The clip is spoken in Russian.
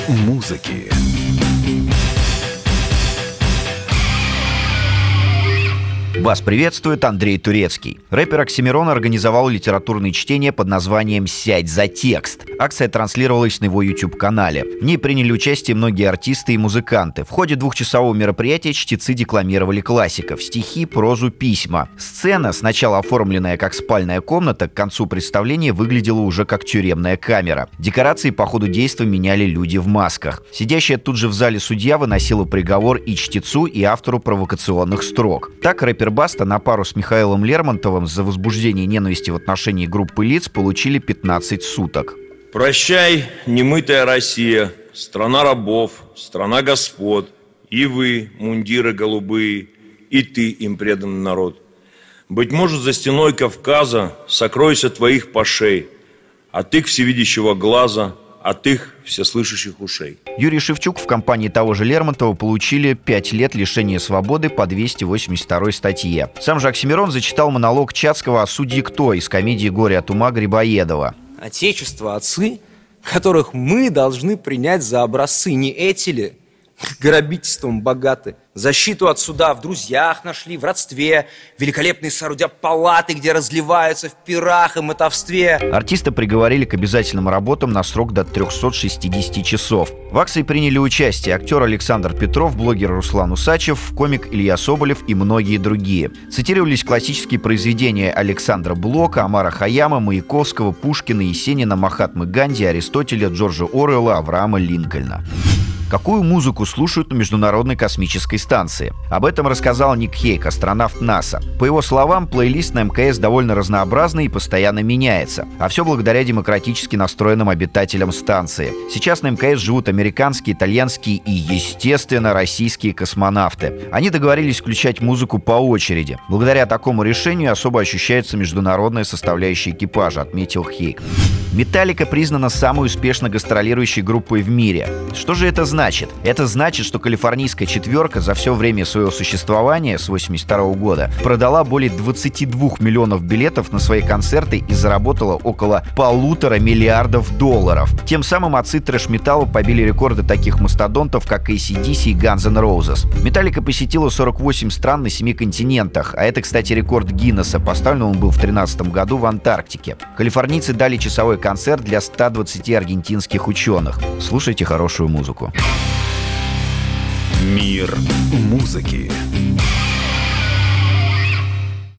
музыки. Вас приветствует Андрей Турецкий. Рэпер Оксимирон организовал литературное чтение под названием «Сядь за текст». Акция транслировалась на его YouTube-канале. В ней приняли участие многие артисты и музыканты. В ходе двухчасового мероприятия чтецы декламировали классиков: стихи, прозу, письма. Сцена, сначала оформленная как спальная комната, к концу представления выглядела уже как тюремная камера. Декорации по ходу действия меняли люди в масках. Сидящая тут же в зале судья выносила приговор и чтецу, и автору провокационных строк. Так рэпер Баста на пару с Михаилом Лермонтовым за возбуждение ненависти в отношении группы лиц получили 15 суток. Прощай, немытая Россия, страна рабов, страна господ, и вы, мундиры голубые, и ты, им преданный народ. Быть может, за стеной Кавказа сокройся твоих пашей, от их всевидящего глаза, от их всеслышащих ушей. Юрий Шевчук в компании того же Лермонтова получили 5 лет лишения свободы по 282 статье. Сам же Оксимирон зачитал монолог Чацкого о судье Кто из комедии «Горе от ума» Грибоедова. Отечество, отцы, которых мы должны принять за образцы, не эти ли? Грабительством богаты. Защиту от суда в друзьях нашли, в родстве. Великолепные соорудя палаты, где разливаются в пирах и мотовстве. Артиста приговорили к обязательным работам на срок до 360 часов. В акции приняли участие актер Александр Петров, блогер Руслан Усачев, комик Илья Соболев и многие другие. Цитировались классические произведения Александра Блока, Омара Хайяма, Маяковского, Пушкина, Есенина, Махатмы Ганди, Аристотеля, Джорджа Оруэлла, Авраама Линкольна. Какую музыку слушают на Международной космической станции? Об этом рассказал Ник Хейк, астронавт НАСА. По его словам, плейлист на МКС довольно разнообразный и постоянно меняется. А все благодаря демократически настроенным обитателям станции. Сейчас на МКС живут американские, итальянские и, естественно, российские космонавты. Они договорились включать музыку по очереди. Благодаря такому решению особо ощущается международная составляющая экипажа, отметил Хейк. Металлика признана самой успешно гастролирующей группой в мире. Что же это значит? Это значит, что калифорнийская четверка за все время своего существования с 1982 года продала более 22 миллионов билетов на свои концерты и заработала около $1,5 миллиарда. Тем самым отцы трэш-металла побили рекорды таких мастодонтов, как AC/DC и Guns N' Roses. Металлика посетила 48 стран на 7 континентах, а это, кстати, рекорд Гиннесса. Поставлен он был в 2013 году в Антарктике. Калифорнийцы дали часовой концерт для 120 аргентинских ученых. Слушайте хорошую музыку. Мир музыки.